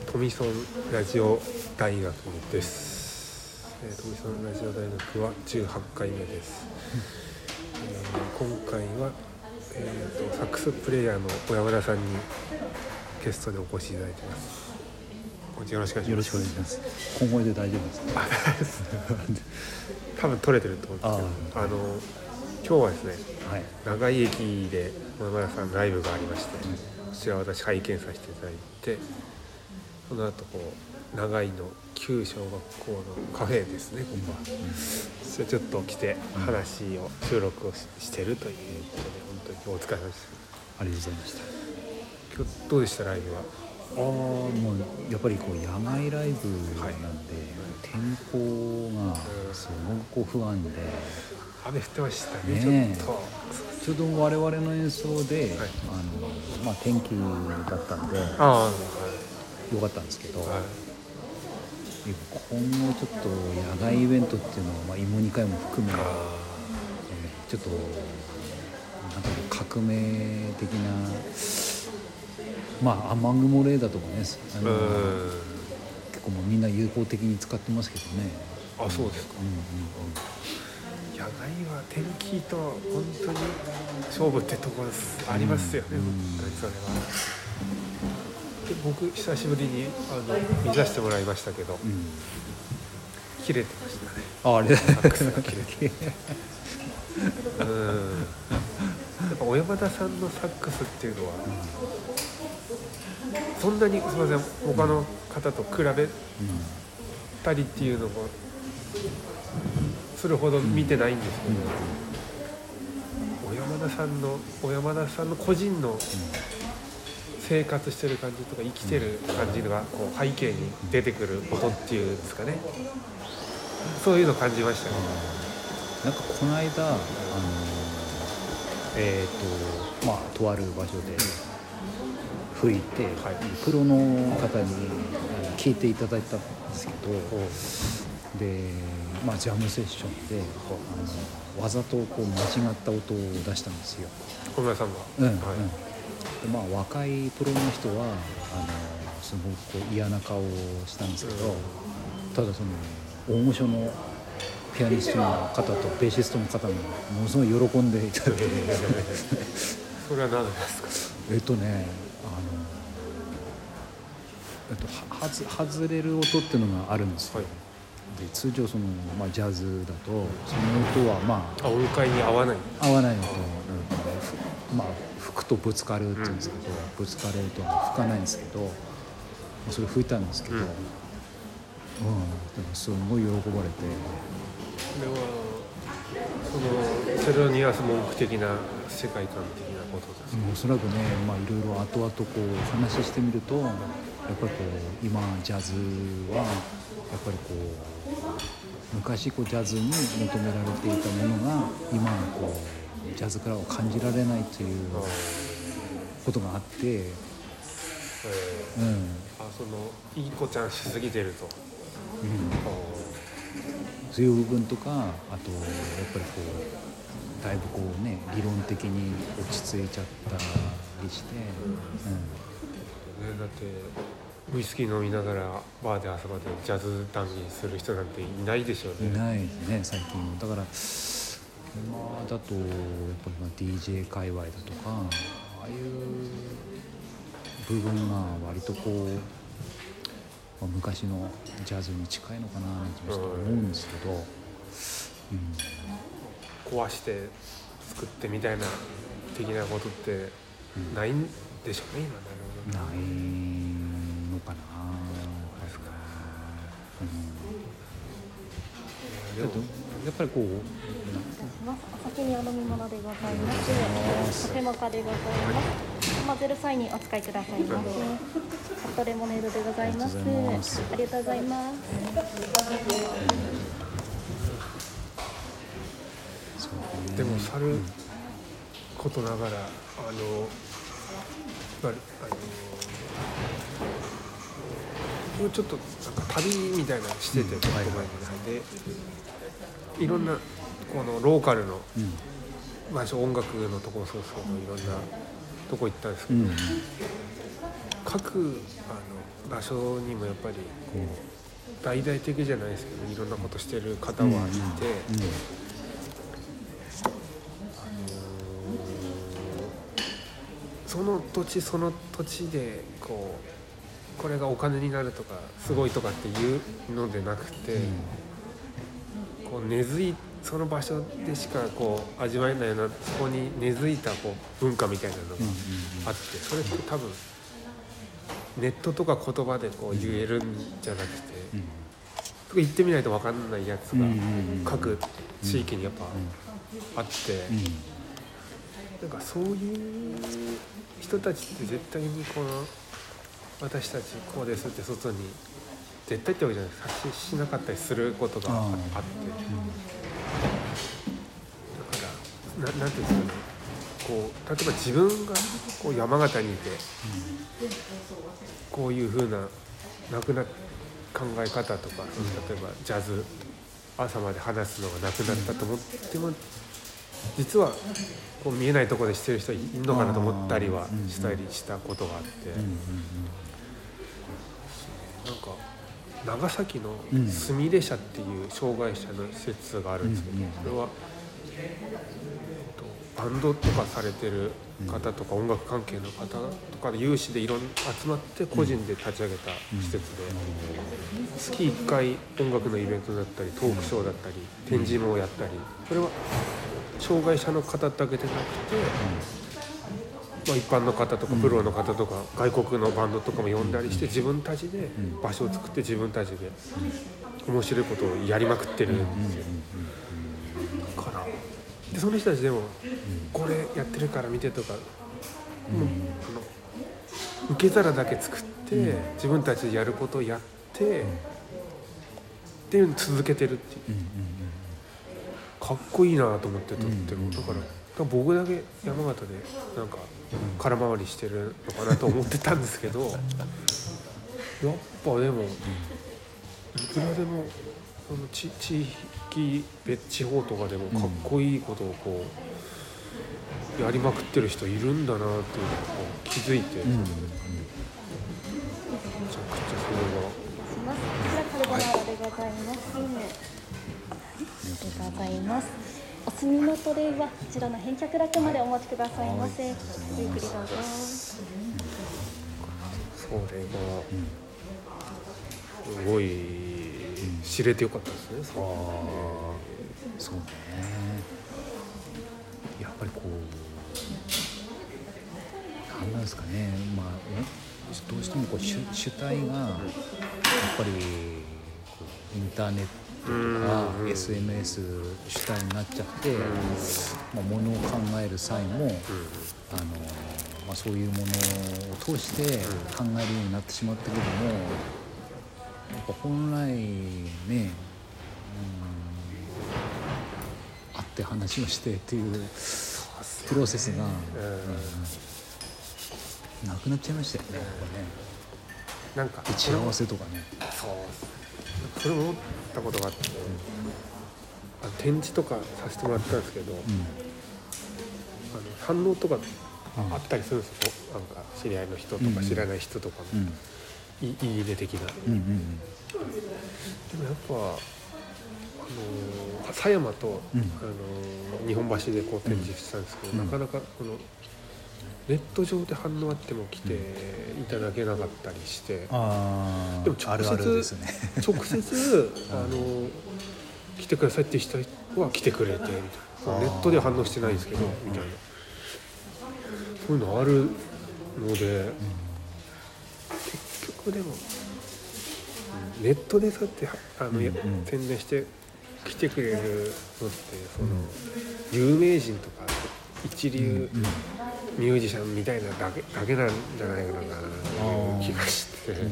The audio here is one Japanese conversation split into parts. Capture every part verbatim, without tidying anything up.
トミソンラジオ大学です、えー、トミソンラジオ大学はじゅうはちかいめです、えー、今回は、えー、とサックスプレイヤーの小山田さんにゲストでお越しいただいています。よろしくお願いします。 よろしくお願いします。小声で大丈夫ですか？ 多分取れてると思うんですけど、ああの今日はですね、はい、長井駅で小山田さんライブがありまして、うん、こちら私拝見させていただいて、その後こう長井の旧小学校のカフェですね、ここは、うん、それちょっと来て話を、収録を し, してるということで、本当にお疲れ様です。 ありがとうございました。 今日どうでしたライブは？ あもうやっぱりこう野外ライブなんで、はい、天候がすごく不安で、 雨降ってましたね、 ねちょっとちょうど我々の演奏で、はい、あのまあ、天気だったんであ、はい、 よかったんですけど、はい、今後ちょっと野外イベントっていうのを、まあ、芋にかいも含め、えー、ちょっとなんか革命的な、まあ雨雲レーダーとかね、あの結構もうみんな有効的に使ってますけどね。 あ、そうですか。うんうんうん、野外は天気と本当に勝負ってところありますよね、うん、本当にそれは。で僕久しぶりにあの見させてもらいましたけど、うん、切れてましたね。 ああれサックスが切れててうん、やっぱ小山田さんのサックスっていうのは、うん、そんなにすみません他の方と比べたりっていうのもするほど見てないんですけど、うん、小山田さんの小山田さんの個人の生活してる感じとか生きてる感じがこう背景に出てくる音っていうんですかね、そういうのを感じましたね。 なんかこの間、あのえーとまあ、とある場所で吹いて、はい、プロの方に聞いていただいたんですけど、で、まあ、ジャムセッションであのわざとこう間違った音を出したんですよ、 小村さんが。 うん、はい、うん、でまあ、若いプロの人はあのすごくこう嫌な顔をしたんですけど、うん、ただその大御所のピアニストの方とベーシストの方もものすごい喜んでいただいてそれは何ですか？ えっとねあの、えっと、はず外れる音っていうのがあるんですよ、はい、で通常その、まあ、ジャズだとその音はまあ音階に合わない合わない音、うん、まあ吹くとぶつかるっていうんですけど、うん、ぶつかる音は吹かないんですけどそれ吹いたんですけど、うんうん、でもすごい喜ばれて、 それはそのそれを煮合わす文句的な世界観的なことですね。 おそらくね、まあ、いろいろ後々こう話してみるとやっぱりこう今ジャズはやっぱりこう昔こうジャズに求められていたものが今こうジャズからは感じられないということがあって、えーうん、あそのいい子ちゃんしすぎてると、うん、 そういう部分とか、あとやっぱりこうだいぶこうね理論的に落ち着いちゃったりして、うんうん、 だってウイスキー飲みながらバーで朝までジャズ談義する人なんていないでしょうね。 いないですね最近。だから今だとやっぱりまあ ディージェー 界隈だとかああいう部分が割とこうまあ、昔のジャズに近いのかなと思うんですけど、うんうん、壊して作ってみたいな的なことってないんでしょうね、 うん、今なるほどないのかな。 ですか、 うん、やっぱりこうお先にお飲み物でございます。カフェモカでございます。混ぜる際にお使いくださいませ。ホットレモネードでございます。ありがとうございます。 でもさることながら、あの、あのちょっとなんか旅みたいなのしてて、ちょっと前にで、いろんなこのローカルの、うん、まあ音楽のところそうそういろんなとこ行ったんですけど、うん、各あの場所にもやっぱりこう大々的じゃないですけどいろんなことしてる方はいて、うんうんうん、その土地その土地でこうこれがお金になるとかすごいとかっていうのでなくて、うん、こう根付いその場所でしかこう味わえないようなそこに根付いたこう文化みたいなのがあって、それって多分ネットとか言葉でこう言えるんじゃなくて、うん、行ってみないと分かんないやつが各地域にやっぱあって、うんうん、なんかそういう人たちって絶対にこの私たちこうですって外に絶対ってわけじゃない発信しなかったりすることが あ, あって、だから な, なんていうんですかね、こう例えば自分がこう山形にいて、こういう風ななくな考え方とか、例えばジャズ朝まで話すのがなくなったと思っても、実はこう見えないところでしてる人いるのかなと思ったりはしたりしたことがあって、なんか長崎のすみれ社っていう障害者の施設があるんですけど、それはバンドとかされてる方とか音楽関係の方とかで有志でいろんな集まって個人で立ち上げた施設で、月いっかい音楽のイベントだったりトークショーだったり展示もやったり、それは障害者の方だけでなくて、まあ、一般の方とかプロの方とか外国のバンドとかも呼んだりして、自分たちで場所を作って自分たちで面白いことをやりまくってるんですよ。からでその人たちでもこれやってるから見てとか、もうあの受け皿だけ作って自分たちでやることをやってっていうのを続けてるっていう、かっこいいなと思ってとっても、だから僕だけ山形でなんか空回りしてるのかなと思ってたんですけど、やっぱでもいくらでもその地域別地方とかでもかっこいいことをこうやりまくってる人いるんだなっていうのを気づいて、めちゃくちゃそれが。 こちらカルボナーラでございます。ありがとうございます。お済みのトレイはこちらの返却ラックまでお持ちくださいませ。ゆっくりどうぞ。 それがすごい知れてよかったですね。そうね。 そうね。やっぱりこうなんなんですかね。まあどうしてもこう 主, 主体がやっぱりこうインターネットとか エスエヌエス 主体になっちゃって、まあ、ものを考える際も、あのまあ、そういうものを通して考えるようになってしまったけども、やっぱ本来ね、うん、会って話をしてっていうプロセスが、うん、なくなっちゃいましたよね。やっぱね、 なんか打ち合わせとかね。 そうそれも思ったことがあって、うん、あの展示とかさせてもらったんですけど、うん、あの反応とかあったりするんですよ、うん、なんか知り合いの人とか知らない人とかの、うん、い, いいね的な、うんうんうん、でもやっぱあの狭山と、うん、あの日本橋でこう展示したんですけど、うん、なかなかこのネット上で反応あっても来ていただけなかったりして、うん、あでも直接あるあるですね直接あの来てくださいって人は来てくれてみたいな、ネットで反応してないですけどみたいな、そういうのあるので、うん、結局でもネットでそうやってあの、うんうん、宣伝して来てくれるのってその、うん、有名人とか一流、うんうんミュージシャンみたいなだけ、だけなんじゃないかなという気がして、うんうん、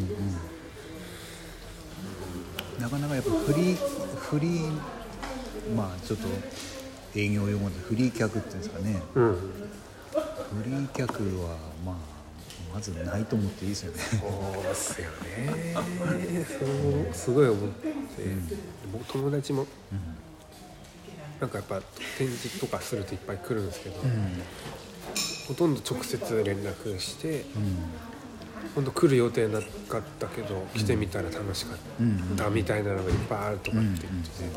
なかなかやっぱフリーフリーまあちょっと営業用語でフリー客っていうんですかね、うん、フリー客はまあまずないと思っていいですよね。 そうですよねそうすごい思って、うん、僕友達も、うん、なんかやっぱ展示とかするといっぱい来るんですけど、うんほとんど直接連絡して、うん、 本当来る予定なかったけど来てみたら楽しかったみたいなのがいっぱいあるとかって言ってて、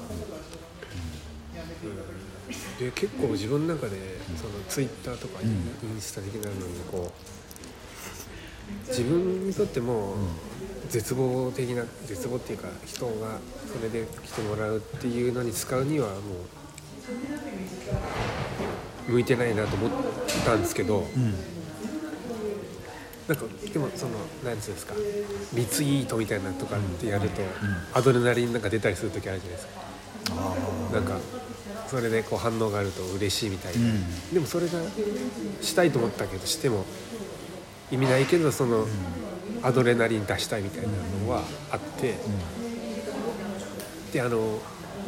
うん、で結構自分の中でそのツイッターとかインスタ的なのにこう自分にとっても絶望的な絶望っていうか人がそれで来てもらうっていうのに使うにはもう向いてないなと思ったんですけど、うん、なんかでもその何ていうんですかリツイートみたいなとかってやると、うん、アドレナリンなんか出たりする時あるじゃないですか。あなんかそれでこう反応があると嬉しいみたいな、うん、でもそれがしたいと思ったけどしても意味ないけどその、うん、アドレナリン出したいみたいなのはあって、うん、であの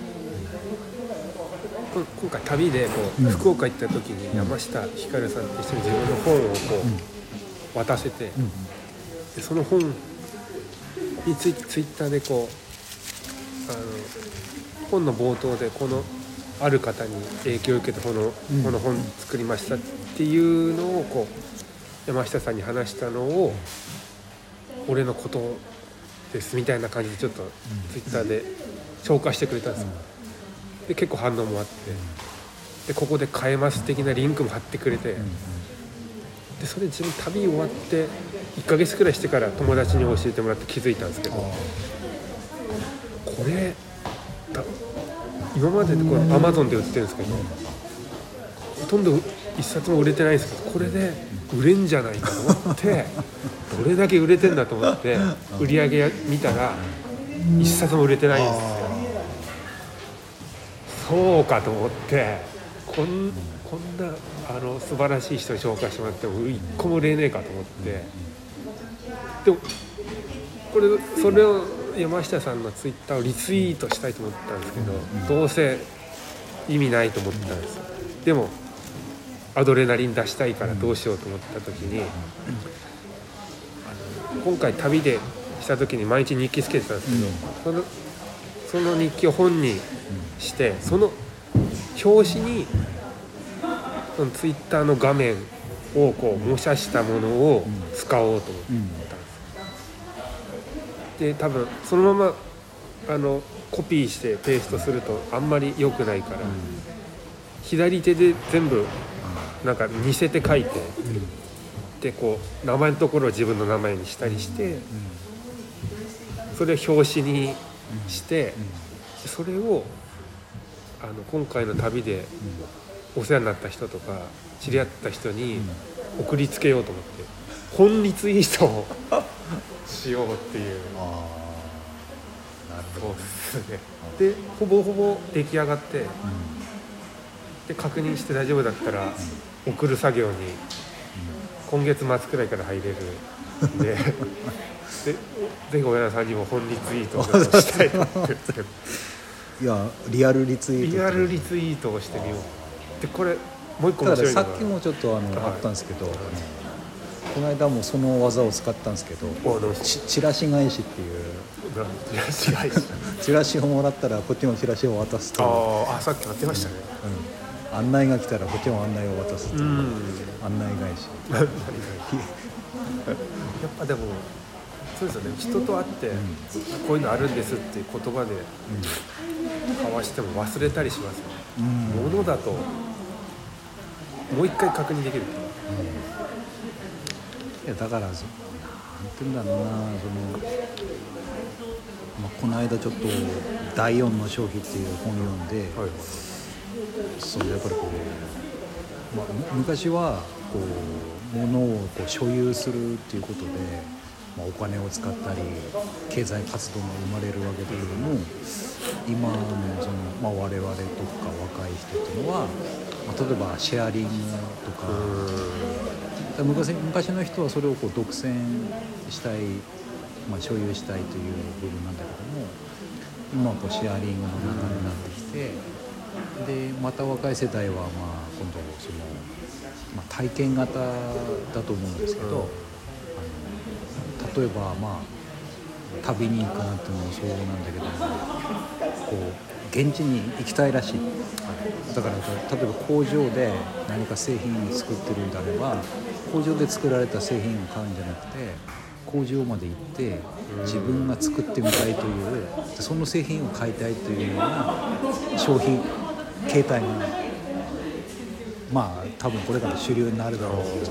今回旅でこう、うん、福岡行った時に山下ひかるさんって一緒に自分の本をこう渡せて、うん、でその本にツイ、ツイッターでこうあの本の冒頭でこのある方に影響を受けてこの、うん、この本作りましたっていうのをこう山下さんに話したのを俺のことですみたいな感じでちょっとツイッターで紹介してくれたんですよ。で結構反応もあってでここで買えます的なリンクも貼ってくれてでそれ自分旅終わっていっかげつくらいしてから友達に教えてもらって気づいたんですけどこれ今まででこれ Amazon で売ってるんですけどほとんど一冊も売れてないんですけどこれで売れんじゃないかと思ってどれだけ売れてんだと思って売り上げ見たら一冊も売れてないんですよ。そうかと思ってこん、こんなあの素晴らしい人に紹介してもらっても一個も売れねえかと思ってでもこれそれを山下さんのツイッターをリツイートしたいと思ったんですけどどうせ意味ないと思ったんですよ。でもアドレナリン出したいからどうしようと思った時にあの今回旅でした時に毎日日記つけてたんですけど、うん、そのその日記を本にしてその表紙にそのツイッターの画面をこう模写したものを使おうと思ったんです。で多分そのままあのコピーしてペーストするとあんまり良くないから左手で全部なんか似せて書いてでこう名前のところを自分の名前にしたりしてそれを表紙にしてそれをあの今回の旅でお世話になった人とか知り合った人に送りつけようと思って本リツイートをしようっていう。あなるほど、そうですね。でほぼほぼ出来上がって、うん、で確認して大丈夫だったら送る作業に今月末くらいから入れるんででぜひ親さんにも本リツイートをしたいと思ってるんですけどいやリアルリツイートリアルリツイートをしてみようでこれもう一個面白いのがさっきもちょっとあの、はい、あったんですけど、はい、この間もその技を使ったんですけどチラシ返しっていうチラシ返しチラシをもらったらこっちもチラシを渡すとああさっきやってましたね、 うんうん、案内が来たらこっちも案内を渡すという、うん、案内返しやっぱでもそうですよね人と会って、うん、こういうのあるんですっていう言葉で交わしても忘れたりしますよね、うん、物だともう一回確認できる、 うん、いやだからなんて言うんだろうなその、まあ、この間ちょっとだいよんの消費っていう本を読んで、はいはい、そのやっぱりこう、まあ、昔はこう物をこう所有するっていうことでまあ、お金を使ったり経済活動も生まれるわけだけども今のその、まあ、我々とか若い人っていうのは、まあ、例えばシェアリングとか昔, 昔の人はそれをこう独占したい、まあ、所有したいという部分なんだけども今はこうシェアリングの流れになってきてでまた若い世代はまあ今度その、まあ、体験型だと思うんですけど例えばまあ旅に行くなんていうのもそうなんだけどもこう現地に行きたいらしいだから例えば工場で何か製品を作ってるんであれば工場で作られた製品を買うんじゃなくて工場まで行って自分が作ってみたいというその製品を買いたいというような商品形態がまあ多分これから主流になるだろうという、うん、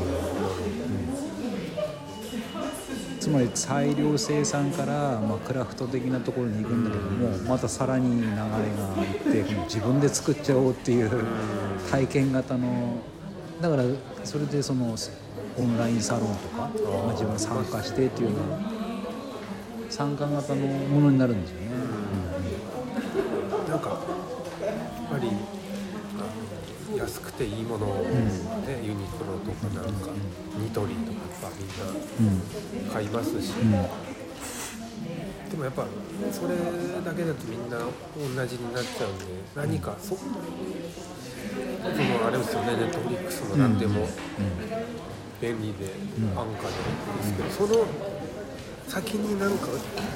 つまり大量生産から、まあ、クラフト的なところに行くんだけどもまたさらに流れがいって自分で作っちゃおうっていう体験型のだからそれでそのオンラインサロンとか、まあ、自分が参加してっていうのは参加型のものになるんですよね、 うん、なんかやっぱり安くていいものを、ねうん、ユニクロとかなんか、うん、ニトリとかやっぱみんな買いますし、うん、でもやっぱそれだけだとみんな同じになっちゃうんで何かそそのあれですよねネットフリックスも何でも便利で安価でですけど、その先になんか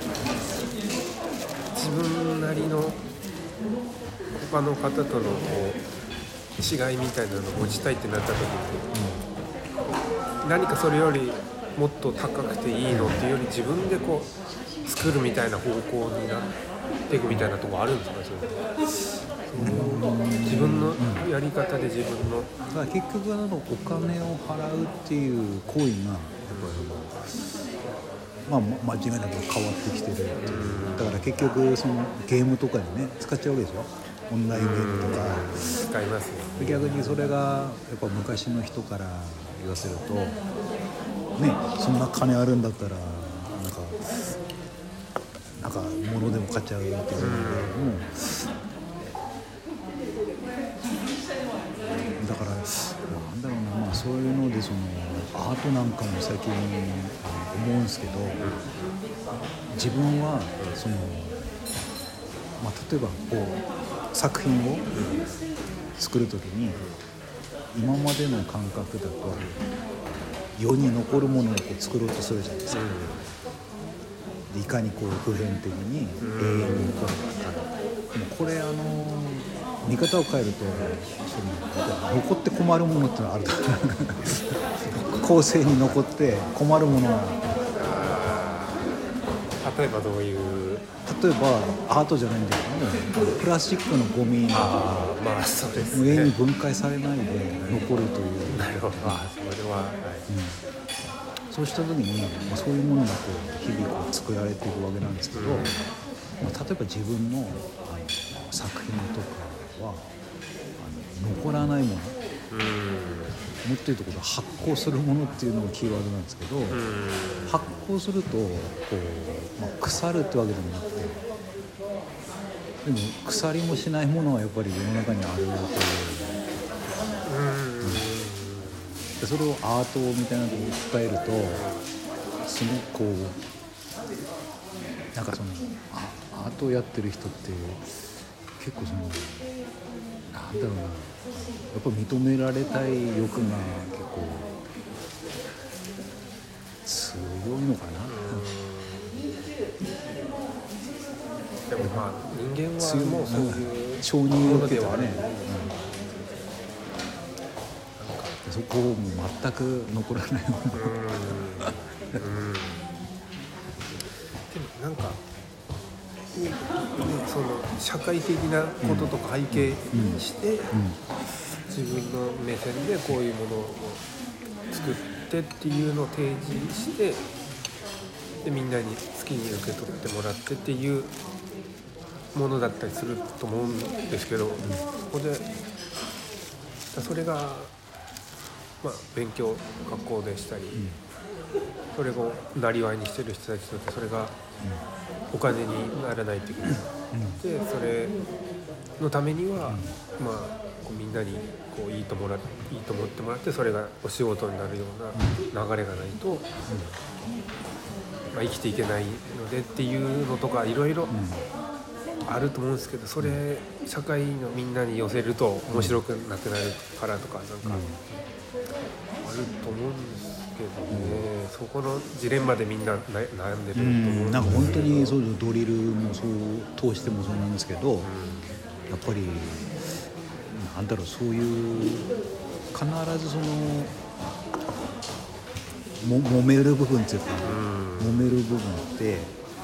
自分なりの他の方とのこう違いみたいなのを持ちたいってなった時に、うん、何かそれよりもっと高くていいのっていうより自分でこう作るみたいな方向になっていくみたいなところあるんですかね。その自分のやり方で自分のだから結局あのお金を払うっていう行為がまあ間違いなく変わってきてるっていう、だから結局そのゲームとかにね使っちゃうわけでしょ、オンラインゲームとか使いますね。 逆にそれがやっぱ昔の人から言わせるとね、そんな金あるんだったらなんかなんか物でも買っちゃうっていうので、もうだからなんだろうな、まあそういうのでそのアートなんかも最近思うんですけど、自分はその、まあ、例えばこう作品を作るときに今までの感覚だと世に残るものをこう作ろうとするじゃないですか。でいかにこう普遍的に永遠に残るか。でもこれあの見方を変えるとその残って困るものってのはあると後世に残って困るものは例えばどういう例えばアートじゃないんだけどね、プラスチックのゴミがまあそうですね、 永遠に分解されないで残るという、 なるほど、あそれは、はいうん、そうした時に、まあ、そういうものがこう日々こう作られていくわけなんですけど、うんまあ、例えば自分の、あの作品とかはあの残らないもの、うん、もっと言うところ発酵するものっていうのがキーワードなんですけど、うん、発酵するとこう、まあ、腐るってわけでもなくて、でも腐りもしないものはやっぱり世の中にあるという、うんうん、でそれをアートみたいなのに伝えるとすごくこうなんかそのアートをやってる人って結構そのなんだろうな、やっぱ認められたい欲が結構強いのかな。 でもまあ人間はもうそういう承認を受けたね、うん、そこをもう全く残らないもの。うんうんでもなんかね、その社会的なこととか背景して、うんうん、自分の目線でこういうものを作ってっていうのを提示して、でみんなに好きに受け取ってもらってっていうものだったりすると思うんですけど、うん、ここでそれが、まあ、勉強学校でしたり、うん、それをなりわいにしてる人たちだってそれがお金にならないということ、うん、でそれのためには、うんまあ、こうみんなにこういいともらいいと思ってもらってそれがお仕事になるような流れがないと、うんまあ、生きていけないのでっていうのとかいろいろあると思うんですけど、それ社会のみんなに寄せると面白くなくなるからとかなんかあると思うんですけどね、そこのジレンマでみんな悩んでると思うんですけど、うん、 なんか本当にそういうドリルもそう通してもそうなんですけど、うん、やっぱりなんだろう、そういう必ずそのも揉める部分っていうか、うん揉める部分って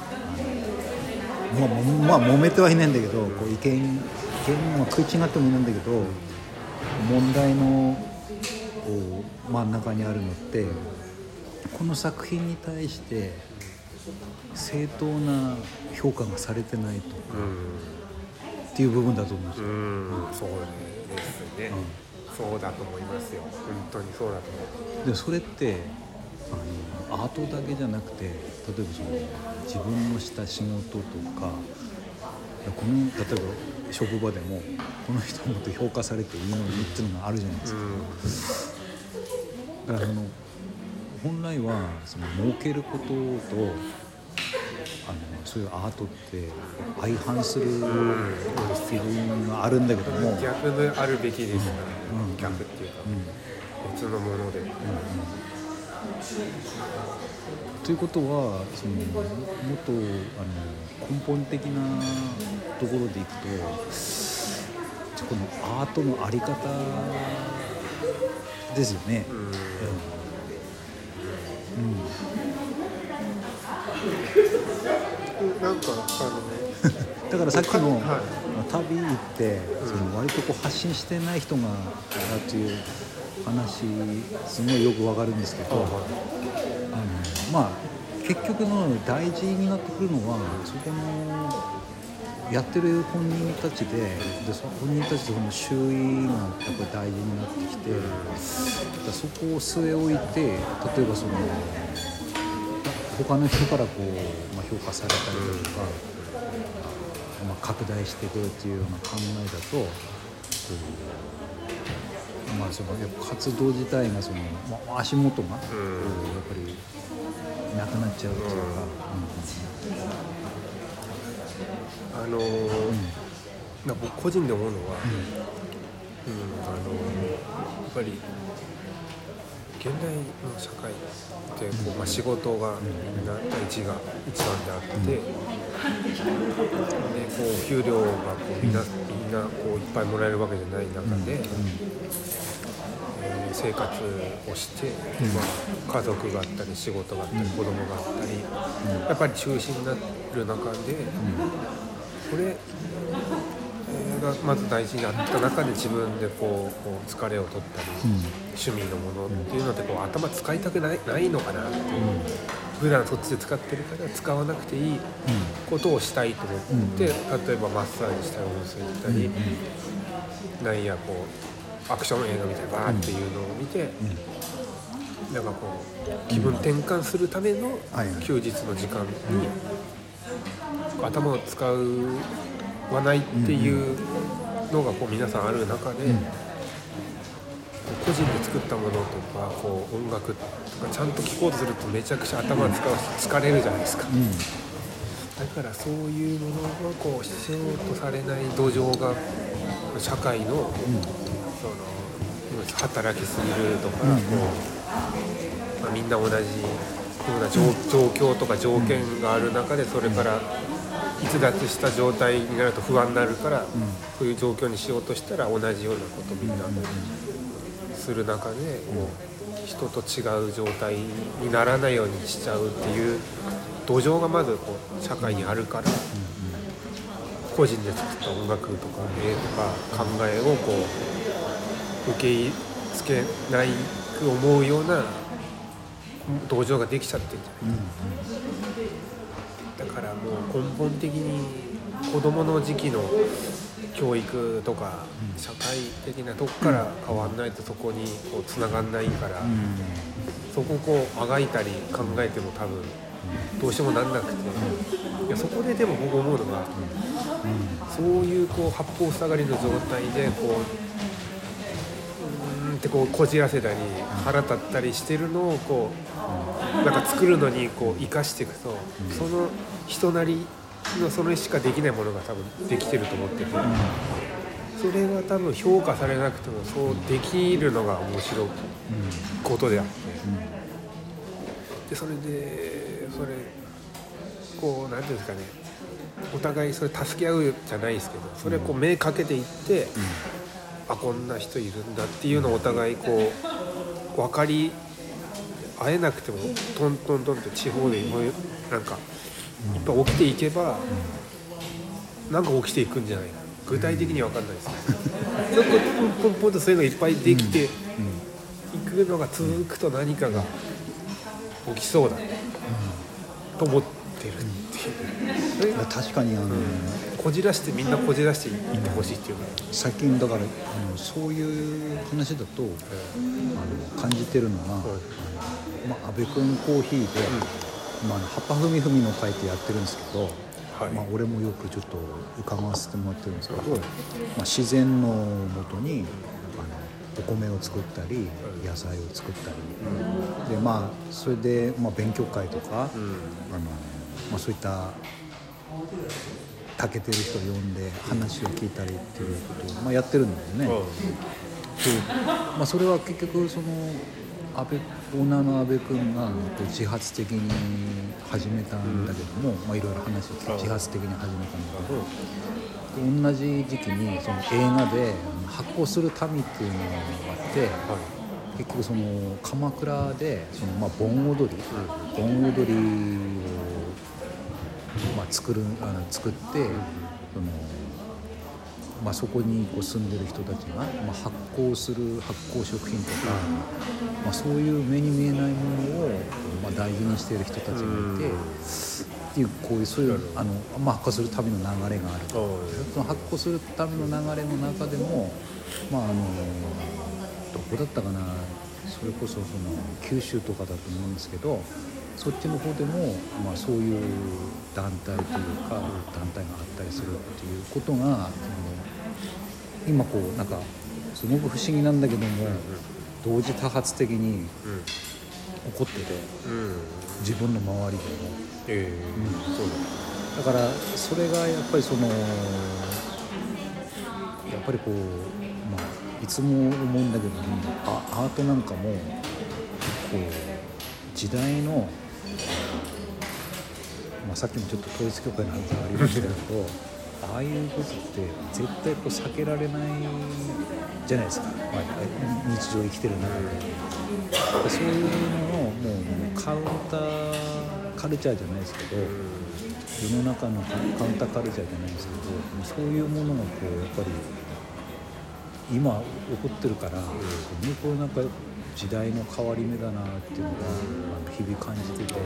まあ、まあ揉めてはいないんだけど、こう意見、意見は食い違ってもいないんだけど、問題のこう真ん中にあるのってこの作品に対して正当な評価がされてないと、うん、っていう部分だと思うんですよ。 うん、そうですね、うん、そうだと思いますよ。本当にそうだと思う。 でそれってあのアートだけじゃなくて、例えばその自分のした仕事とか、この例えば職場でもこの人もっと評価されていいのにっていうのがあるじゃないですか、うん、だからその本来はその儲けることとあのそういうアートって相反する部分があるんだけども、 逆であるべきですからね、うん、逆っていうか、うん、別のもので、うんうん、 ということはそのもっとあの根本的なところでいくと、このアートの在り方ですよね。うん、うんうん、なんかあのだからさっきの旅行ってその割とこう発信してない人がだっていう話すごいよくわかるんですけど、あのまあ結局の大事になってくるのはそこのやってる本人たちで、でその本人たちとの周囲がやっぱり大事になってきて、だそこを据え置いて、例えばその他の人からこう、まあ、評価されたりとか、まあ、拡大していくっていうような考えだと、こう、まあ、そのやっぱ活動自体がその、まあ、足元がこうやっぱりなくなっちゃうっていうか、 うんうん、あのーうん、僕個人で思うのは、うんうん、あのー、やっぱり現代の社会ってこう、まあ、仕事がみんな一が一番であって、でこう給料がこうみんなみんなこういっぱいもらえるわけじゃない中で、えー、生活をして、まあ、家族があったり仕事があったり子供があったり、やっぱり中心になる中で、これがまず大事になった中で自分でこう、こう疲れを取ったり、うん、趣味のものっていうのってこう頭使いたくない、ないのかなっていう、うん、普段そっちで使ってるから使わなくていいことをしたいと思って、うん、例えばマッサージしたり温泉行ったり、うん、なんやこうアクション映画みたいなバーっていうのを見て、うん、なんかこう気分転換するための休日の時間に頭を使うはないっていうのがこう皆さんある中で、うん、個人で作ったものとかこう音楽とかちゃんと聴こうとするとめちゃくちゃ頭使う疲れるじゃないですか、うん、だからそういうものがこう必要とされない土壌が社会の、うん、その働きすぎるとか、うん、こう、まあ、みんな同じような 状, 状況とか条件がある中でそれから逸脱した状態になると不安になるから、うん、そういう状況にしようとしたら同じようなことをみんなする中で、こう人と違う状態にならないようにしちゃうっていう土壌がまずこう社会にあるから、個人で作った音楽とか絵とか考えをこう受け付けないく思うような土壌ができちゃってるんじゃないか、だからもう根本的に子どもの時期の教育とか社会的なとこから変わんないとそこにこう繋がんないから、そこをこうあがいたり考えても多分どうしてもなんなくて、いやそこででも僕思うのが、そういうこう八方塞がりの状態でこううーんってこうこじらせたり腹立ったりしてるのをこうなんか作るのにこう生かしていくと、その人なりのそれしかできないものが多分できてると思ってて、それが多分評価されなくてもそうできるのが面白いことであって、でそれでそれこう何ていうんですかね、お互いそれ助け合うじゃないですけど、それこう目かけていって、あこんな人いるんだっていうのをお互いこう分かり会えなくてもトントントンって地方でなんかいっぱい起きていけばなんか起きていくんじゃないか、具体的には分かんないですけど、ポンポンポンとそういうのがいっぱいできていくのが続くと何かが起きそうだと思ってるっていう、 確かにあの、うん、 こじらしてみんなこじらしていってほしいっていうか、 最近だからあのそういう話だと、うん、あの感じてるのが、うん、まあ、安倍君コーヒーで、うん、まあ、葉っぱふみふみの会ってやってるんですけど、はい、まあ、俺もよくちょっと伺わせてもらってるんですけど、まあ、自然のもとにあのお米を作ったり野菜を作ったり、うん、でまあそれで、まあ、勉強会とか、うん、あのまあ、そういった長けてる人を呼んで話を聞いたりっていうことを、まあ、やってるんですよね。うん、で、まあ、それは結局その安倍オーナーの安倍君がこう自発的に始めたんだけども、うん、まあ、いろいろ話を聞いて自発的に始めたんだけど、うん、同じ時期にその映画で発酵する民っていうのがあって、はい、結局その鎌倉でそのまあ盆踊り、うん、盆踊りをまあ作るあの作って、うん、そのまあ、そこにこう住んでる人たちが、まあ、発酵する発酵食品とか、まあ、そういう目に見えないものを、まあ、大事にしている人たちがいて、っていうこういうそういうあの、まあ、発酵するための流れがある。その発酵するための流れの中でも、まあ、あのどこだったかな、それこそその九州とかだと思うんですけど、そっちの方でも、まあ、そういう団体というか団体があったりするっていうことが、今こうなんかすごく不思議なんだけども、同時多発的に起こってて、自分の周りでも、えーうん、そうだ。だからそれがやっぱりそのやっぱりこう、まあ、いつも思うんだけども、アートなんかもこう時代の、まあ、さっきもちょっと統一教会の話がありましたけどああいうことって絶対こう避けられないじゃないですか、まあ、日常生きてる中で。そういうののもうカウンターカルチャーじゃないですけど、世の中のカウンターカルチャーじゃないですけど、そういうものがこうやっぱり今起こってるから、うん、こうなんか時代の変わり目だなっていうのが日々感じてて、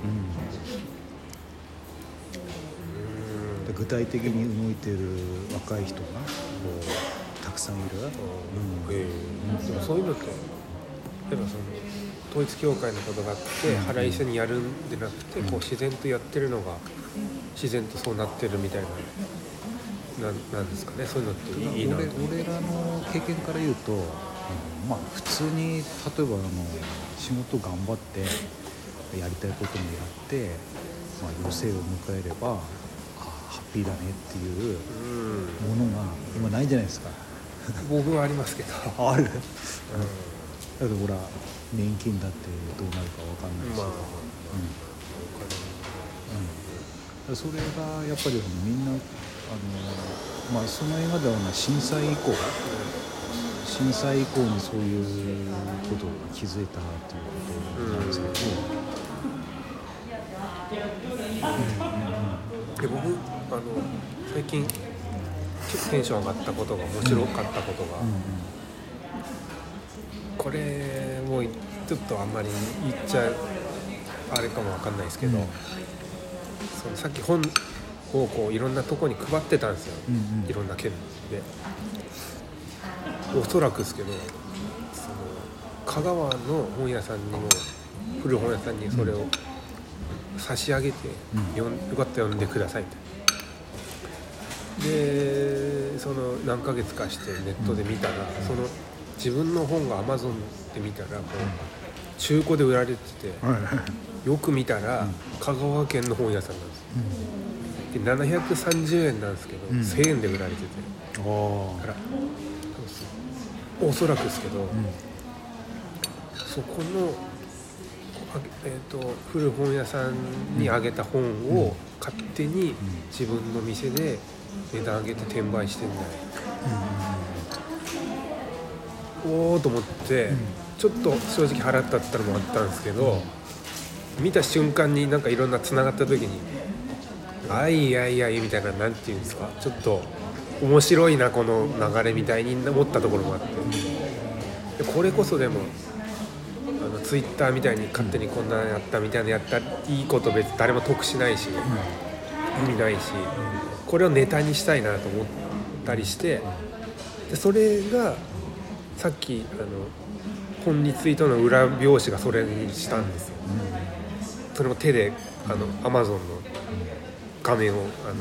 うん、具体的に動いてる若い人がこうたくさんいる、うんえー、でもそういうのって例えばその統一教会のことがあって、うん、腹いせにやるんでなくて、うん、こう自然とやってるのが自然とそうなってるみたいな。な, なんですかね、そういうのっていいなと。 俺, 俺らの経験から言うと、うん、まあ普通に例えばあの仕事頑張ってやりたいこともやって、まあ、余生を迎えればあハッピーだねっていうものが今ないじゃないですか。 僕はありますけどある、うん、だけどほら年金だってどうなるか分かんないし、まあうんうん、それがやっぱりみんなあのまあ、その映画では震災以降震災以降にそういうことを気づいたということなんですけど、 で僕あの最近結構テンション上がったことが面白かったことが、うんうんうん、これもうちょっとあんまり言っちゃあれかもわかんないですけど、うん、そのさっき本をこういろんなとこに配ってたんですよ、うんうん、いろんな県で。おそらくですけどその香川の本屋さんにも古本屋さんにそれを差し上げて、うん、よ, よかったら読んでくださいと。でその何ヶ月かしてネットで見たら、うん、その自分の本が Amazon で見たらこう中古で売られてて、うん、よく見たら香川県の本屋さんなんですよ、うん、でななひゃくさんじゅうえんなんですけど、うん、せんえんで売られてて、だからおそらくですけど、うん、そこの、えー、と古本屋さんにあげた本を勝手に自分の店で値段上げて転売してんじゃないか、うん、おーと思って、 ちょっと正直腹立ったのもあったんですけど、見た瞬間になんかいろんなつながった時にあいあいあいみたいな、なんていうんですか、ちょっと面白いなこの流れみたいに思ったところもあって、でこれこそでもあのツイッターみたいに勝手にこんなやったみたいなやったらいいこと別に誰も得しないし、意味ないし、これをネタにしたいなと思ったりして、でそれがさっきあの本にツイートの裏表紙がそれにしたんですよ。それも手であの Amazon の画面をあ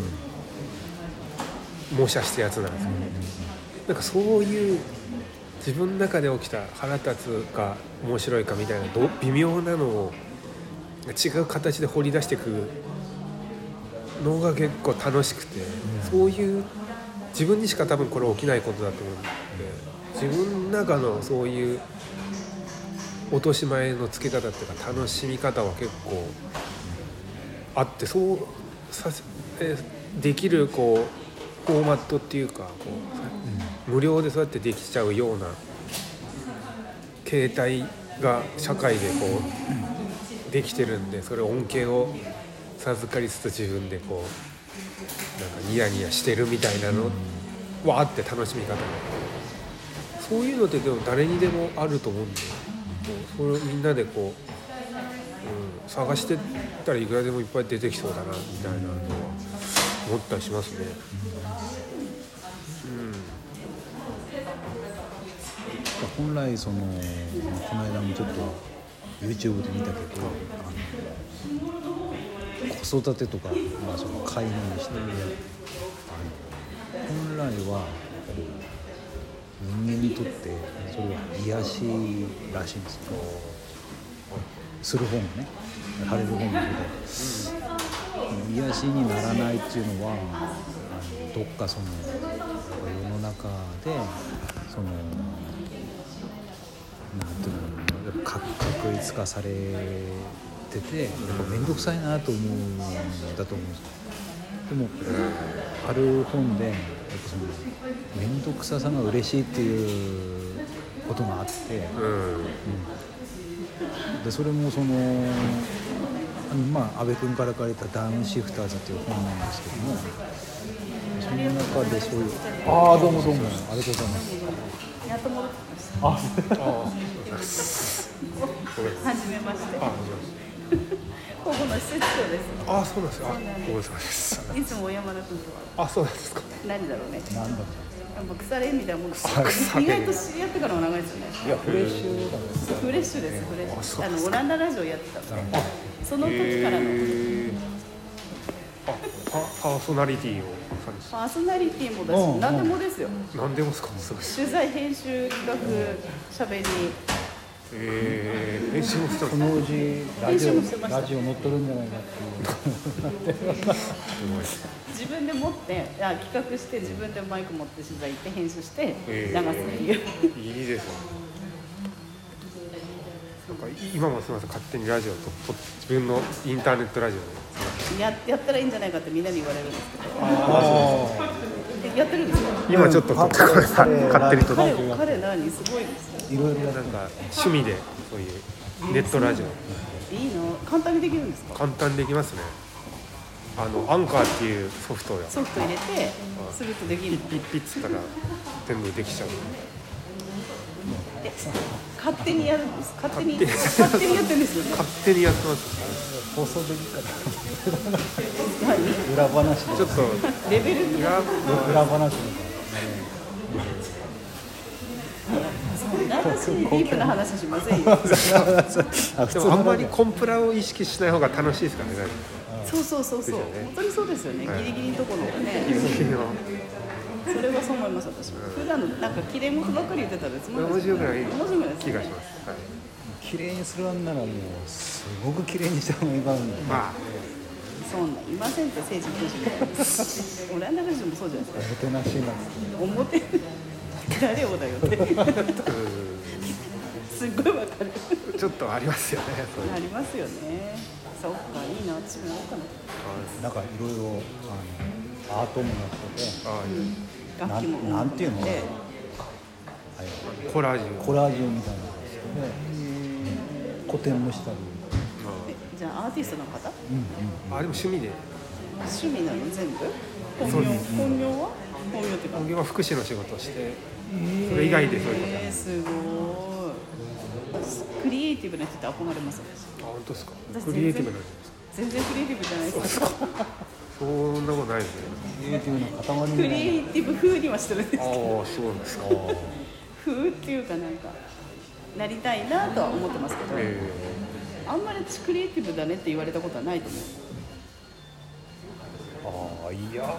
の模写したやつなんですよね。なんかそういう自分の中で起きた腹立つか面白いかみたいな微妙なのを違う形で掘り出していくのが結構楽しくて、そういう自分にしか多分これ起きないことだと思うんで、自分の中のそういう落とし前のつけ方っていうか楽しみ方は結構あって、そうさせできるこうフォーマットっていうかこう、うん、無料でそうやってできちゃうような形態が社会でこうできてるんで、それ恩恵を授かりつつ自分でこうなんかニヤニヤしてるみたいなのはあって、楽しみ方がそういうのってでも誰にでもあると思うんで、それをみんなでこう、うん、探してったらいくらでもいっぱい出てきそうだなみたいなのは思ったりしますね。 うん、本来そのこの間もちょっと YouTube で見たけど、あの子育てとか、まあ、その飼い犬にして、うん、本来は人間にとってそれは癒しらしいんですよ。する方もね、晴れる方もそうで、うん、癒しにならないっていうのは、あのどっかその世の中でそのなんていうの、確立化されてて、やっぱ面倒くさいなと思うんだと思うんですよ。でもある本でやっぱその面倒くささが嬉しいっていうことがあって、うんうん、でそれもそのまあ安部君から書いたダウンシフターズっていう本なんですけども、その中でそういう、ああどうもどうもありがとうございます。 やっと戻ってきました。あ、 あ、 はじめまして。ここの施設長です。 あ、そうなんですよ。ごめんなさいです。 いつも小山田君とは。 あ、そうなんですか。 何だろうね。 なんだろう。 やっぱ腐れみたいなもんです。意外と知り合ってからも長いですよね。 いやフレッシュなんです。 フレッシュです。フレッシュ。あのオランダラジオやってたんで、その時からの。 あ、パーソナリティを。 パーソナリティもだし、うん、何でもですよ。 何でもですか。すごい。 取材、編集、企画、喋り。 えー、編集もしてます。 そのうちラジオラジオ乗っとるんじゃないかっていう。 自分で持ってあ企画して自分でマイク持って取材行って編集して流すっていう、えー、いいですね。なんか今もすみません、勝手にラジオと自分のインターネットラジオで や, やったらいいんじゃないかってみんなに言われるんですけど、あやってるんですか。 今ちょっと撮ってこれ勝手に撮って。 彼彼何すごいですね。 いろいろなんか趣味でそういうネットラジオ、 えー、いいの簡単にできるんですか。 簡単にできますね。あのアンカーっていうソフトをソフト入れてするとできるの。 ピッピッピッつったら全部できちゃう。 え勝手にやるんです。勝手に勝手にやってるんですよね。 勝手にやってます。 放送できるかな。 裏話ちょっとレベル裏裏話とか。 私ディープな話しませんよ。 でもあんまりコンプラを意識しない方が楽しいですからね。 そうそうそうそう、ね、本当にそうですよね、はい、ギリギリのところがね、 ギリギリのそれはそう思います。私も、うん、普段のなんか綺麗事ばっかり言ってたらつまらない面白くない気がします、はい、 綺麗にするんならもうすごく綺麗にした方がいいかもね。 まあそんないませんって政治教師みたいな。オランダ人もそうじゃないですか。 おもてなしなんです。表誰をだよってすっごいわかる。 ちょっとありますよね。 ありますよね。そうか、いいな、私もやろうかな。 なんかいろいろあのアートもやってて、 あ楽器もなんていうの、 コラージュコラージュみたいな。 個展もしたり。 じゃあアーティストの方？ うんうん、あでも趣味で。 趣味なの全部？本業本業は？本業っていうか。 本業は福祉の仕事をして、それ以外でそういうこと。 えー、すごい。クリエイティブな人って憧れます。 あ本当ですか。クリエイティブなんですか。 全然クリエイティブじゃないですか。 そんなことないですね。 クリエイティブな塊。 クリエイティブ風にはしてるんですけど。 ああそうなんですか。 風っていうかなんかなりたいなとは思ってますけど。えーあんまり私クリエイティブだねって言われたことはないと思う。ああいや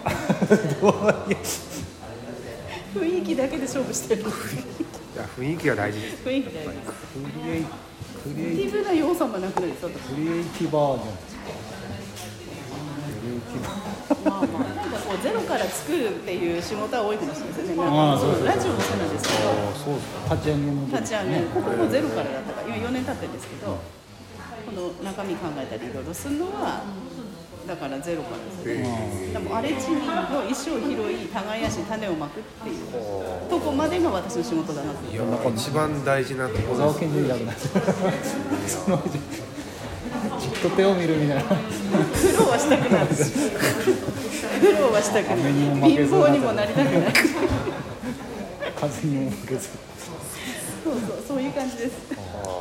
雰囲気だけで勝負してる。いや雰囲気が大事です。 雰囲気大事です。 クリエイクリエイティブな要素もなくないですか。クリエイティバーじゃないですか。クリエイティバー。 まあまあなんかこうゼロから作るっていう仕事は多いかもしれないですよね。ああそうです。ラジオもそうなんですけど。 そうです。立ち上げの立ち上げ、ここもゼロからだったから今よねん経ってるんですけど。この中身考えたりいろいろするのはだからゼロからです、ね、でも荒れ地の石を拾い耕し種をまくっていうとこまでが私の仕事だなと。 いや一番大事なところ。 小沢健二だな。そのじっと手を見るみたいな。 苦労はしたくないです。苦労はしたくない。貧乏にもなりたくない。 風にも負けず。 そうそうそういう感じです。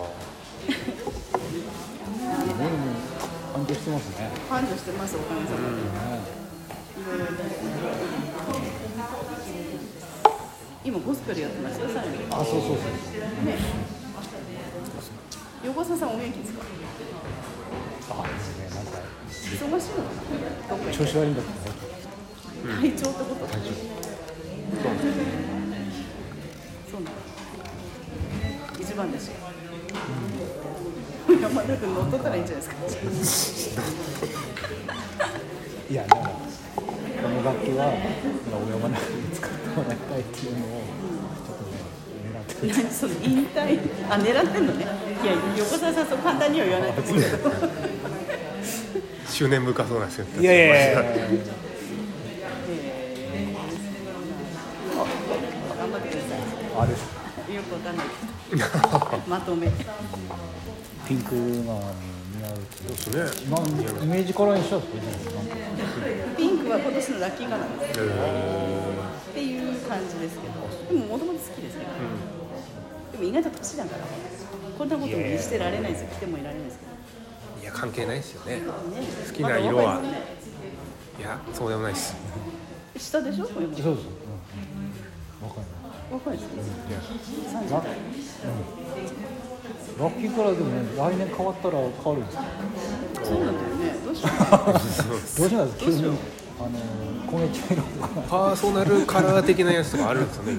繁盛してますね。 繁盛してます、おかげさまで。いろいろ今ゴスペルやってますよ、さらに。 あ、そうそうそう。 ね。横澤さんお元気ですか。 あ、ですね、なんか。 忙しいのかな。 調子悪いんだってね。体調ってこと。体調。そうなの。一番ですよ。山田君乗っ取ったらいいんじゃないですか。 いやだからこの楽器は小山田君に使ってもらいたいっていうのをちょっとね狙ってる。 何その引退あ狙ってんのね。いや横澤さんそう簡単には言わないと思うけど。 執念深そうな人。 いやいやいやいや。 頑張ってください。 あれよくわかんないけど。まとめ。 ピンクが似合うけど、ね、 イメージカラーにしたんですか。 ピンクは今年のラッキーカラーです。っていう感じですけど、でももともと好きですけど、うん、でも意外と年だからこんなことにしてられないですよ。来てもいられないですけど。 いや関係ないですよね。ね好きな色は、まね、いやそうでもないです。 下でしょ。そうです。 うん、若い。 若いですね。三十代。 ラッキーカラーでもね、来年変わったら変わるんですか。 そうなんだよね。どうしよう。 どうします急にあの焦げ茶色とかパーソナルカラー的なやつとかあるんですよね。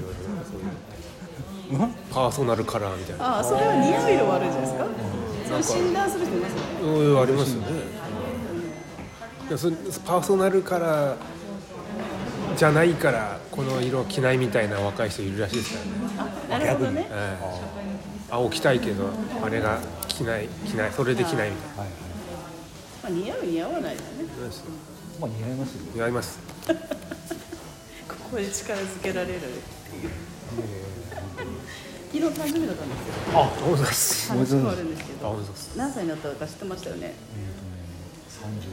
パーソナルカラーみたいな。 ああ、それは似合う色はあるんじゃないですか。それ診断する人いますよね。 うん、ありますよね。うん、そパーソナルカラーじゃないからこの色着ないみたいな若い人いるらしいですからね。 あ、なるほどね。 えー青着たいけどあれが着ない着ないそれで着ないみたいな。 まあ似合う似合わないだね。 まあ似合いますよ。 似合います。 ここで力づけられるっていう。昨日誕生日だったんですよ。 あ、そうです。 話もあるんですけど。 あ、そうです。 何歳になったか知ってましたよね。 三十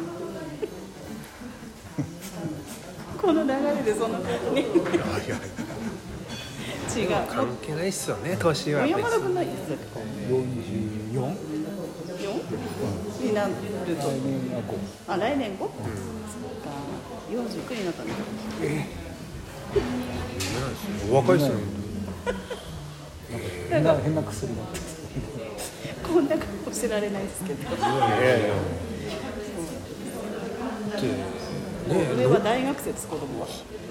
二。 この流れでそんなね。いやいや。違う。 関係ないっすよね、年は。 山田君ないですよ。 よんじゅうよん？よん？ になると。 来年がご。 あ、来年ご？うん。そっか。よんじゅうきゅうになったんだ。 ええ。お若いっすよね。 変な変な薬が。 こんな格好してられないですけど。いやいやいや。上は大学生です、子供は。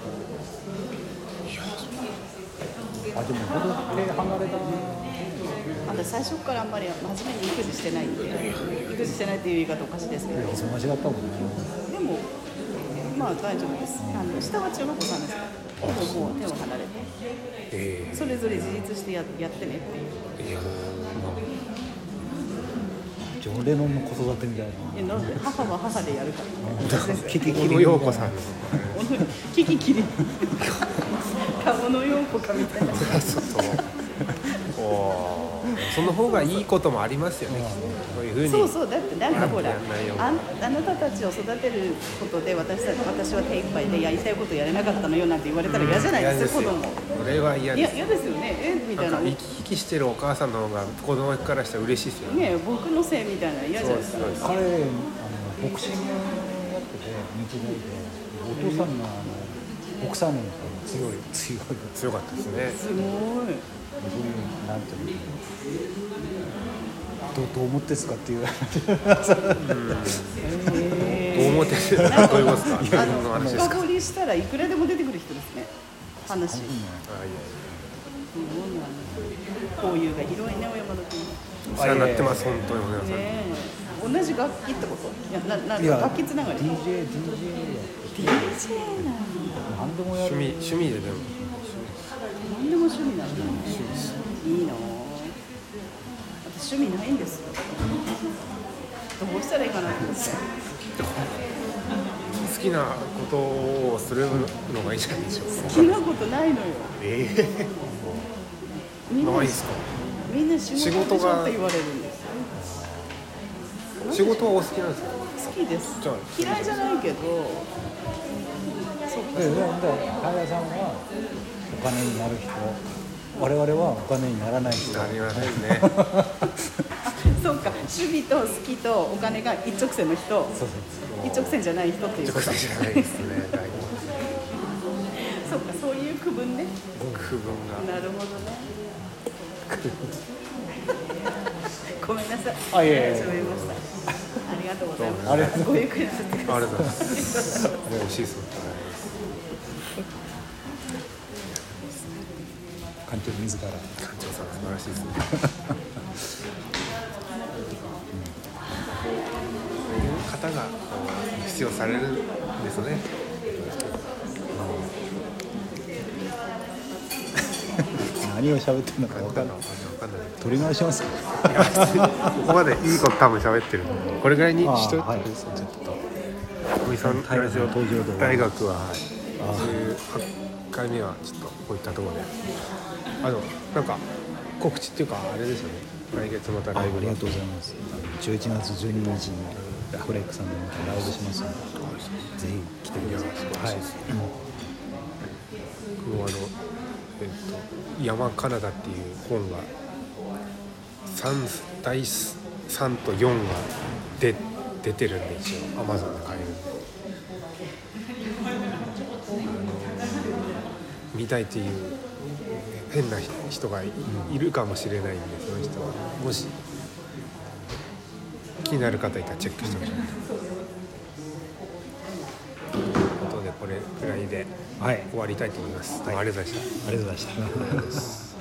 あ、でもほど手離れた。 私最初からあんまり真面目に育児してないんで、育児してないっていう言い方おかしいですけど。 忙しだったもんね。 でもまあ大丈夫です。あの下は中学さんですから。もう手を離れて、えー、それぞれ自立してややってねっていう。いやジョン・レノンの子育てみたいな。 え、なんで母は母でやるから。 キキキリ陽子さん。 キキキリ。顔の陽子かみたいな。 おその方がいいこともありますよね。そういう風に。 そうそう、だってなんかほらやんないようなあんあなたたちを育てることで私た私は手一杯でやりたいことやれなかったのよなんて言われたら嫌じゃないですか、 嫌子供。 それは嫌いやです。 嫌ですよね。えみたいな。 なんか生き生きしてるお母さんの方が子供からしたら嬉しいですよね。 ね僕のせいみたいな嫌じゃないですか。 そうです彼あのボクシングやってて日大でお父さんのあのボクサーの強い強い強かったですね。 すごい。 そういうなんていうのどうどう思ってですかっていうどう思ってるどういうことですか。自分の話ですか。 深掘りしたらいくらでも出てくる人ですね。話。すあいやいごいな。交友が広いね、小山田君。 やお世話になってます本当に皆さん。 ねえ同じ楽器ってこと？いやななんいやか楽器つながり。 ディージェー ディージェー やってディージェー なの。 何でもやる趣味趣味ででも何でも趣味なんだね。いいな。私趣味ないんですよ。どうしたらいいかなって思って。 好きなことをするのがいいじゃないでしょうか。 好きなことないのよ。 えみんなえないですか。 みんな仕事でしょって言われるんですよ。 仕事はお好きなんですか。 好きですじゃあ。 嫌いじゃないけど。そうか。 ででで平さんはお金になる人、我々はお金にならない人。 なりませんね。 そうか、趣味と好きとお金が一直線の人、 そうそう一直線じゃない人っていうこと。 直線じゃないですね。 そうか、そういう区分ね。 区分が。 なるほどね。ごめんなさい。 あいえいえ喋りました。ありがとうございます。 ありがとうごゆっくりなさってください。 ありがとうございます。美味しいです。 館長自ら。 館長さん素晴らしいですね。そういう方がこう必要されるんですね。 何を喋ってるのか分かんない。取り直しますか。 ここまでいいこと多分喋ってるので、これぐらいにしといてはいください。ちょっと小見さんラジオ大学はじゅうはちかいめはちょっとこういったところで、あのなんか告知っていうかあれですよね。来月またライブありがとうございます。じゅういちがつじゅうににちにフレックさんでまたライブしますので、ぜひ来てください。 素晴らしいですね。僕もあのえっと山カナダっていう本がさんだいさんとよんが出出てるんで、一応 Amazon で買えるんで、あの見たいっていう変な人が い, いるかもしれないんで、その人はもし気になる方いたらチェックしてほしいということで、これくらいで終わりたいと思います。はい、ありがとうございました。 ありがとうございました。